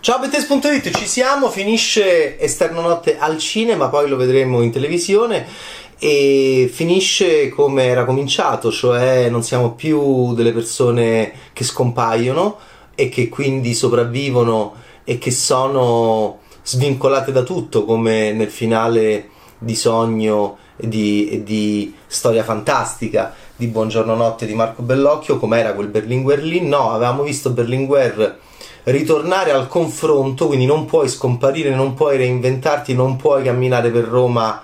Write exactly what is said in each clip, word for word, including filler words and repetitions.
Ciao Bettes punto it, ci siamo, finisce Esterno Notte al cinema, poi lo vedremo in televisione e finisce come era cominciato, cioè non siamo più delle persone che scompaiono e che quindi sopravvivono e che sono svincolate da tutto, come nel finale di Sogno e di, e di Storia Fantastica di Buongiorno Notte di Marco Bellocchio. Com'era quel Berlinguer lì? No, avevamo visto Berlinguer ritornare al confronto, quindi non puoi scomparire, non puoi reinventarti, non puoi camminare per Roma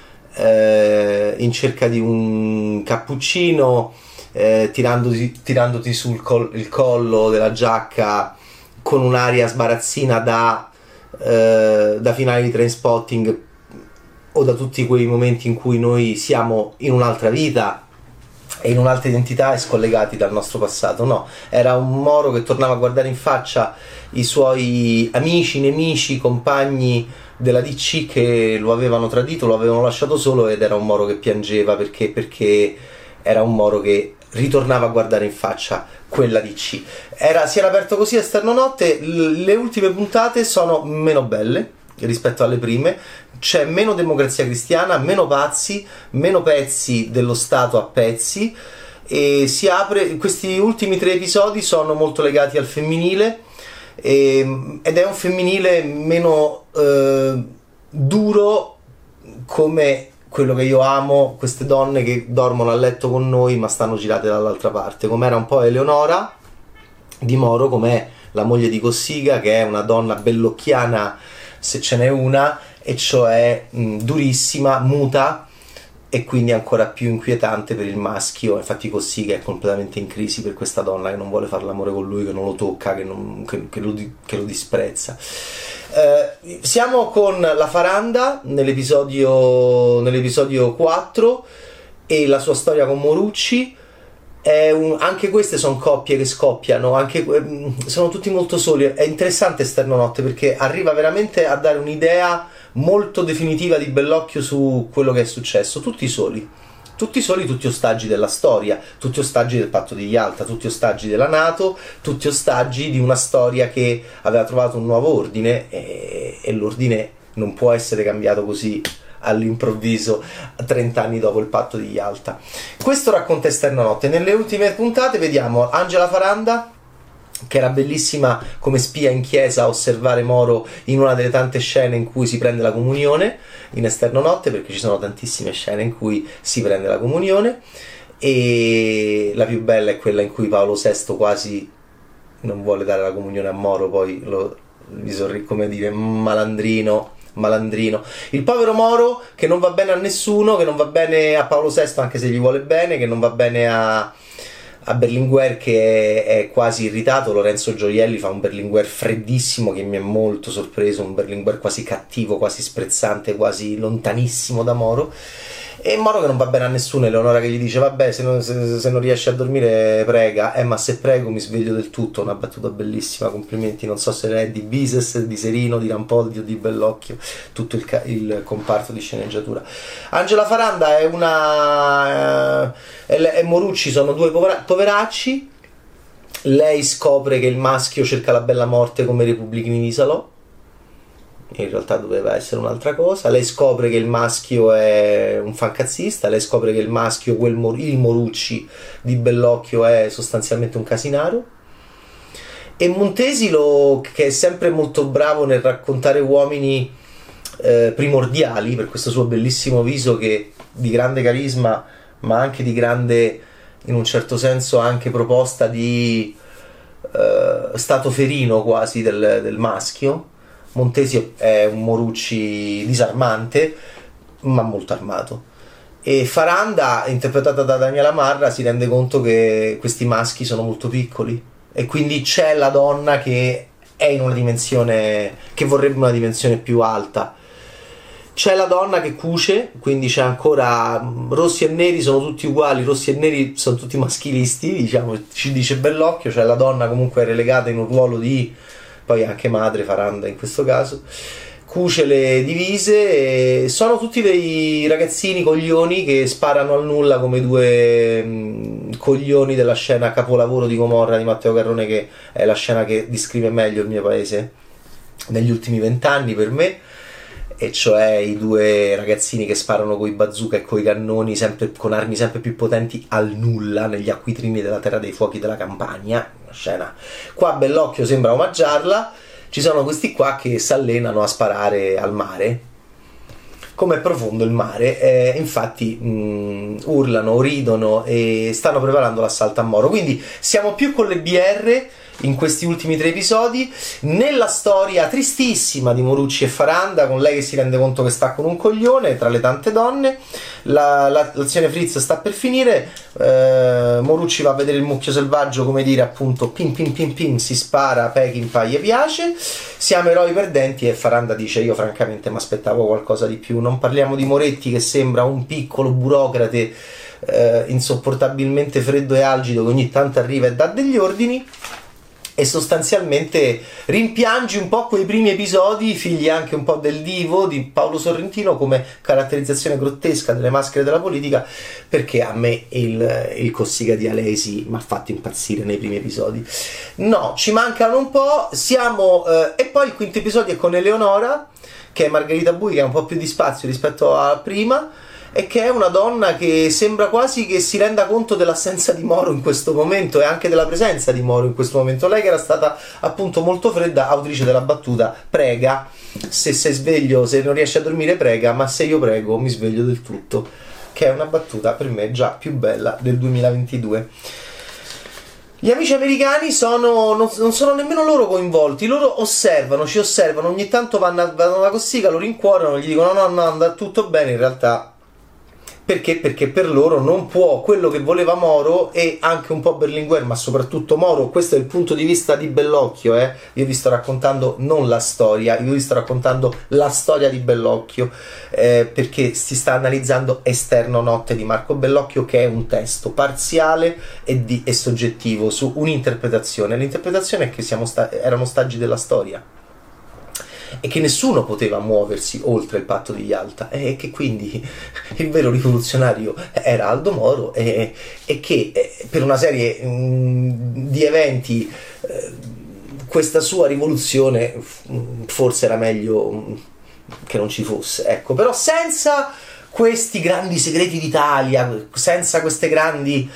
eh, in cerca di un cappuccino, eh, tirandoti, tirandoti sul col, il collo della giacca con un'aria sbarazzina da, eh, da finale di Trainspotting o da tutti quei momenti in cui noi siamo in un'altra vita e in un'altra identità e scollegati dal nostro passato. No, era un Moro che tornava a guardare in faccia i suoi amici, nemici, compagni della D C che lo avevano tradito, lo avevano lasciato solo, ed era un Moro che piangeva perché, perché era un Moro che ritornava a guardare in faccia quella D C. Era, si era aperto così Esterno Notte. Le ultime puntate sono meno belle rispetto alle prime, c'è meno democrazia cristiana, meno pazzi, meno pezzi dello Stato a pezzi, e si apre. Questi ultimi tre episodi sono molto legati al femminile e, ed è un femminile meno eh, duro, come quello che io amo, queste donne che dormono a letto con noi ma stanno girate dall'altra parte, come era un po' Eleonora di Moro, com'è la moglie di Cossiga, che è una donna bellocchiana se ce n'è una, e cioè mh, durissima, muta e quindi ancora più inquietante per il maschio. Infatti Cossiga è completamente in crisi per questa donna che non vuole fare l'amore con lui, che non lo tocca, che, non, che, che, lo, che lo disprezza. Eh, siamo con La Faranda nell'episodio, nell'episodio quattro e la sua storia con Morucci. È un, anche queste sono coppie che scoppiano, anche, sono tutti molto soli. È interessante Esterno Notte perché arriva veramente a dare un'idea molto definitiva di Bellocchio su quello che è successo. Tutti soli, tutti soli, tutti ostaggi della storia, tutti ostaggi del patto di Yalta, tutti ostaggi della NATO, tutti ostaggi di una storia che aveva trovato un nuovo ordine, e, e l'ordine non può essere cambiato così all'improvviso trenta anni dopo il patto di Yalta. Questo racconta Esterno Notte. Nelle ultime puntate vediamo Angela Faranda, che era bellissima come spia in chiesa a osservare Moro in una delle tante scene in cui si prende la comunione in Esterno Notte, perché ci sono tantissime scene in cui si prende la comunione, e la più bella è quella in cui Paolo sesto quasi non vuole dare la comunione a Moro, poi lo gli sorri, come dire, malandrino malandrino, il povero Moro che non va bene a nessuno, che non va bene a Paolo sesto anche se gli vuole bene, che non va bene a, a Berlinguer che è, è quasi irritato. Lorenzo Gioielli fa un Berlinguer freddissimo che mi è molto sorpreso, un Berlinguer quasi cattivo, quasi sprezzante, quasi lontanissimo da Moro. E Moro che non va bene a nessuno, Eleonora che gli dice vabbè, se non, se, se non riesci a dormire prega, eh ma se prego mi sveglio del tutto. Una battuta bellissima, complimenti. Non so se è di Bises, di Serino, di Rampoldi o di Bellocchio, tutto il, il comparto di sceneggiatura. Angela Faranda è una eh, e Morucci sono due povera, poveracci. Lei scopre che il maschio cerca la bella morte come i repubblichini di Salò, in realtà doveva essere un'altra cosa. Lei scopre che il maschio è un fancazzista, lei scopre che il maschio, quel Mor- il Morucci di Bellocchio, è sostanzialmente un casinaro, e Montesi, lo, che è sempre molto bravo nel raccontare uomini eh, primordiali, per questo suo bellissimo viso che di grande carisma ma anche di grande, in un certo senso, anche proposta di eh, stato ferino quasi del, del maschio. Montesi è un Morucci disarmante ma molto armato, e Faranda, interpretata da Daniela Marra, si rende conto che questi maschi sono molto piccoli e quindi c'è la donna che è in una dimensione, che vorrebbe una dimensione più alta. C'è la donna che cuce, quindi c'è ancora rossi e neri sono tutti uguali, rossi e neri sono tutti maschilisti, diciamo, ci dice Bellocchio. C'è la donna comunque relegata in un ruolo di, poi anche madre, Faranda in questo caso, cuce le divise, e sono tutti dei ragazzini coglioni che sparano al nulla come due mh, coglioni della scena capolavoro di Gomorra di Matteo Garrone, che è la scena che descrive meglio il mio paese, negli ultimi vent'anni per me, e cioè i due ragazzini che sparano coi bazooka e coi cannoni sempre, con armi sempre più potenti al nulla negli acquitrini della Terra dei Fuochi della Campania. Una scena, qua Bellocchio sembra omaggiarla. Ci sono questi qua che si allenano a sparare al mare. Com'è profondo il mare, eh, infatti mh, urlano, ridono e stanno preparando l'assalto a Moro. Quindi siamo più con le B R in questi ultimi tre episodi, nella storia tristissima di Morucci e Faranda, con lei che si rende conto che sta con un coglione tra le tante donne. La, la, l'azione Fritz sta per finire, eh, Morucci va a vedere il mucchio selvaggio, come dire appunto pim pim pim pim, si spara, Peckinpah gli piace, siamo eroi perdenti, e Faranda dice io francamente mi aspettavo qualcosa di più. Non parliamo di Moretti che sembra un piccolo burocrate eh, insopportabilmente freddo e algido che ogni tanto arriva e dà degli ordini, e sostanzialmente rimpiangi un po' quei primi episodi, figli anche un po' del divo di Paolo Sorrentino, come caratterizzazione grottesca delle maschere della politica, perché a me il, il Cossiga di Alesi mi ha fatto impazzire nei primi episodi. No, ci mancano un po', siamo eh, e poi il quinto episodio è con Eleonora, che è Margherita Bui, che ha un po' più di spazio rispetto a prima, e che è una donna che sembra quasi che si renda conto dell'assenza di Moro in questo momento e anche della presenza di Moro in questo momento. Lei che era stata appunto molto fredda, autrice della battuta prega, se sei sveglio, se non riesci a dormire prega, ma se io prego mi sveglio del tutto, che è una battuta per me già più bella del duemilaventidue. Gli amici americani sono, non, non sono nemmeno loro coinvolti, loro osservano, ci osservano, ogni tanto vanno, vanno alla Cossiga, lo rincuorano, gli dicono no no no, andrà tutto bene, in realtà perché? Perché per loro non può quello che voleva Moro, e anche un po' Berlinguer, ma soprattutto Moro. Questo è il punto di vista di Bellocchio, eh? Io vi sto raccontando non la storia, io vi sto raccontando la storia di Bellocchio, eh, perché si sta analizzando Esterno Notte di Marco Bellocchio, che è un testo parziale e, di, e soggettivo su un'interpretazione. L'interpretazione è che siamo sta- erano stagi della storia e che nessuno poteva muoversi oltre il patto di Yalta, e che quindi il vero rivoluzionario era Aldo Moro, e, e che eh, per una serie mh, di eventi eh, questa sua rivoluzione mh, forse era meglio mh, che non ci fosse, ecco. Però senza questi grandi segreti d'Italia, senza queste grandi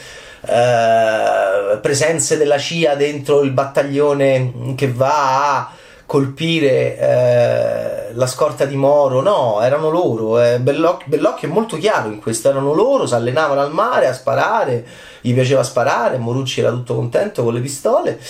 eh, presenze della C I A dentro il battaglione che va a colpire eh, la scorta di Moro, no, erano loro. eh, Belloc- Bellocchio è molto chiaro in questo, erano loro, si allenavano al mare a sparare, gli piaceva sparare, Morucci era tutto contento con le pistole,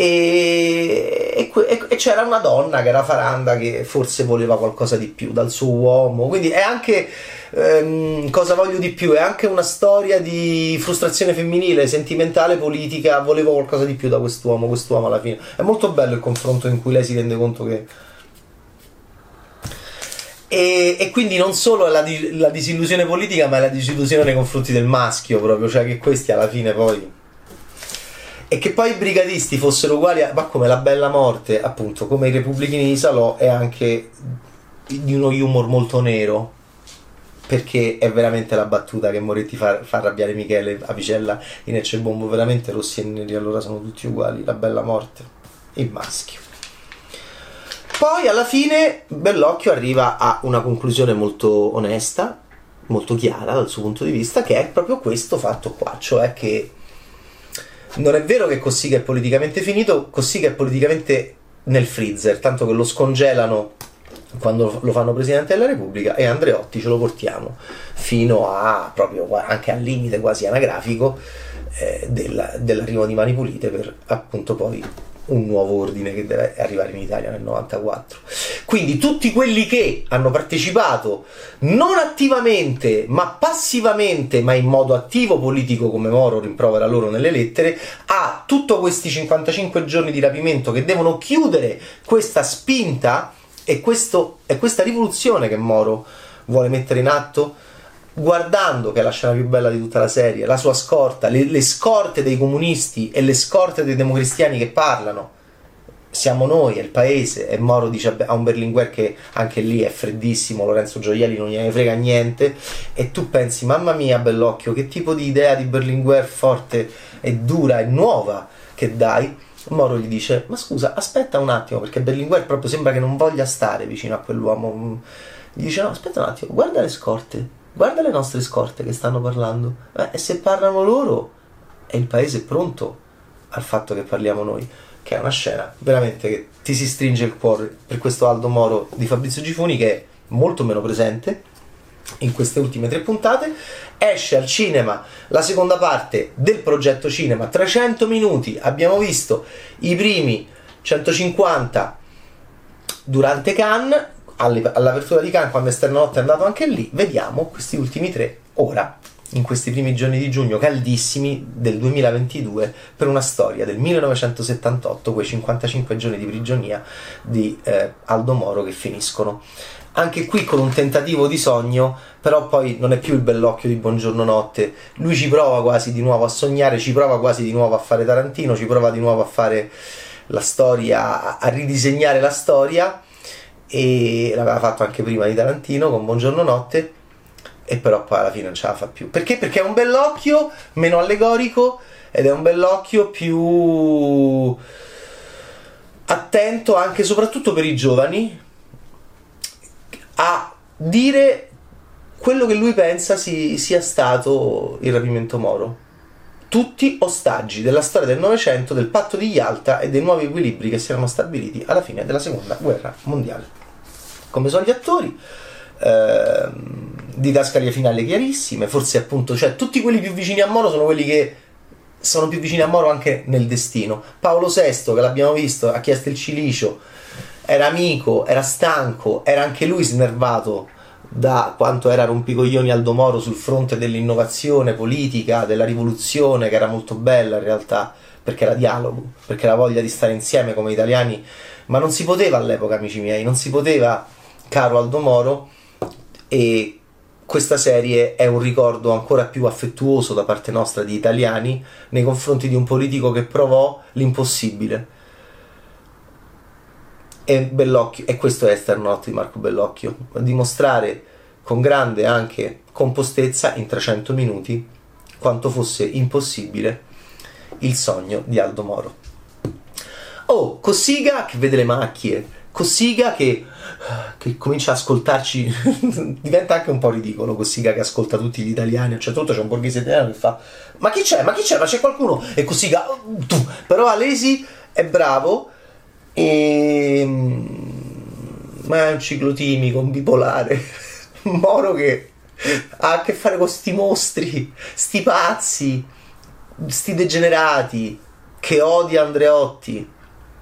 e, e, e, e c'era una donna che era Faranda, che forse voleva qualcosa di più dal suo uomo. Quindi è anche ehm, cosa voglio di più, è anche una storia di frustrazione femminile, sentimentale, politica. Volevo qualcosa di più da quest'uomo, quest'uomo alla fine è molto bello il confronto in cui lei si rende conto che E, e quindi non solo è la, la disillusione politica, ma è la disillusione nei confronti del maschio, proprio, cioè che questi alla fine poi, e che poi i brigatisti fossero uguali a, ma come La Bella Morte, appunto, come i Repubblichini di Salò, è anche di uno humor molto nero, perché è veramente la battuta che Moretti fa, fa arrabbiare Michele Avicella in Ecce Bombo, veramente rossi e neri allora sono tutti uguali, La Bella Morte, il maschio. Poi alla fine Bellocchio arriva a una conclusione molto onesta, molto chiara dal suo punto di vista, che è proprio questo fatto qua, cioè che non è vero che Cossiga è politicamente finito, Cossiga è politicamente nel freezer, tanto che lo scongelano quando lo fanno Presidente della Repubblica, e Andreotti ce lo portiamo fino a proprio anche al limite quasi anagrafico eh, della, dell'arrivo di Mani Pulite, per appunto poi un nuovo ordine che deve arrivare in Italia nel novantaquattro. Quindi tutti quelli che hanno partecipato non attivamente ma passivamente, ma in modo attivo politico, come Moro rimprovera loro nelle lettere, a tutti questi cinquantacinque giorni di rapimento che devono chiudere questa spinta e, questo, e questa rivoluzione che Moro vuole mettere in atto, guardando, che è la scena più bella di tutta la serie, la sua scorta, le, le scorte dei comunisti e le scorte dei democristiani che parlano. Siamo noi, è il paese, e Moro dice a un Berlinguer che anche lì è freddissimo, Lorenzo Gioielli non gliene frega niente, e tu pensi, mamma mia Bellocchio, che tipo di idea di Berlinguer forte e dura e nuova che dai, Moro gli dice: ma scusa, aspetta un attimo, perché Berlinguer proprio sembra che non voglia stare vicino a quell'uomo. Gli dice: no, aspetta un attimo, guarda le scorte, guarda le nostre scorte che stanno parlando. Eh, e se parlano loro, è il paese pronto al fatto che parliamo noi. Che è una scena veramente che ti si stringe il cuore per questo Aldo Moro di Fabrizio Gifuni, che è molto meno presente in queste ultime tre puntate. Esce al cinema la seconda parte del progetto cinema, trecento minuti, abbiamo visto i primi centocinquanta durante Cannes, all'apertura di Cannes, quando Esterno Notte è andato anche lì. Vediamo questi ultimi tre ora, in questi primi giorni di giugno caldissimi del duemilaventidue, per una storia del millenovecentosettantotto, quei cinquantacinque giorni di prigionia di eh, Aldo Moro che finiscono anche qui con un tentativo di sogno, però poi non è più il bellocchio di Buongiorno Notte. Lui ci prova quasi di nuovo a sognare, ci prova quasi di nuovo a fare Tarantino, ci prova di nuovo a fare la storia, a ridisegnare la storia, e l'aveva fatto anche prima di Tarantino con Buongiorno Notte, e però poi alla fine non ce la fa più. Perché? Perché è un bellocchio meno allegorico ed è un bellocchio più attento anche e soprattutto per i giovani a dire quello che lui pensa si, sia stato il rapimento Moro. Tutti ostaggi della storia del Novecento, del patto di Yalta e dei nuovi equilibri che si erano stabiliti alla fine della seconda guerra mondiale. Come sono gli attori, ehm, didascalie finali chiarissime, forse appunto, cioè tutti quelli più vicini a Moro sono quelli che sono più vicini a Moro anche nel destino. Paolo sesto, che l'abbiamo visto, ha chiesto il cilicio, era amico, era stanco, era anche lui snervato da quanto era rompicoglioni Aldo Moro sul fronte dell'innovazione politica, della rivoluzione, che era molto bella in realtà, perché era dialogo, perché era voglia di stare insieme come italiani, ma non si poteva all'epoca, amici miei, non si poteva, caro Aldo Moro, e questa serie è un ricordo ancora più affettuoso da parte nostra di italiani nei confronti di un politico che provò l'impossibile. E Bellocchio, e questo è Esterno Notte di Marco Bellocchio, dimostrare con grande anche compostezza in trecento minuti quanto fosse impossibile il sogno di Aldo Moro. Oh, Cossiga che vede le macchie, Cossiga che, che comincia a ascoltarci, diventa anche un po' ridicolo Cossiga che ascolta tutti gli italiani, a un certo punto c'è un borghese italiano che fa: ma chi c'è, ma chi c'è, ma c'è qualcuno? E Cossiga, oh, tu. Però Alesi è bravo, e ma è un ciclotimico, un bipolare. Moro che ha a che fare con sti mostri, sti pazzi, sti degenerati, che odia Andreotti.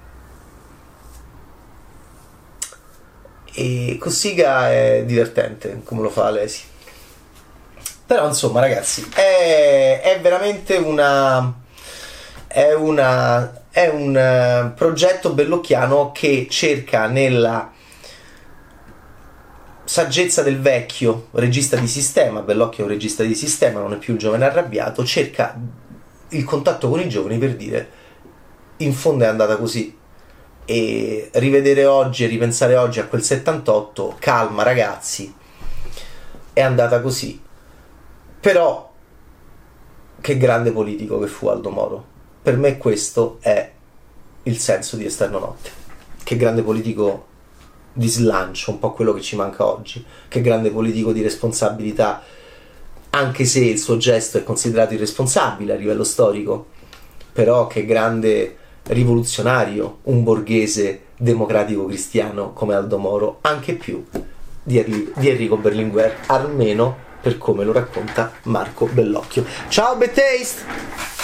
E Cossiga è divertente come lo fa Alesi. Però insomma ragazzi, è, è veramente una è una è un uh, progetto bellocchiano che cerca, nella saggezza del vecchio regista di sistema, Bellocchio è un regista di sistema, non è più il giovane arrabbiato, cerca il contatto con i giovani per dire: in fondo è andata così, e rivedere oggi e ripensare oggi a quel settantotto, calma ragazzi, è andata così. Però che grande politico che fu Aldo Moro. Per me questo è il senso di Esterno Notte. Che grande politico di slancio, un po' quello che ci manca oggi. Che grande politico di responsabilità, anche se il suo gesto è considerato irresponsabile a livello storico. Però che grande rivoluzionario, un borghese democratico cristiano come Aldo Moro, anche più di, Erli- di Enrico Berlinguer, almeno per come lo racconta Marco Bellocchio. Ciao Bad Taste!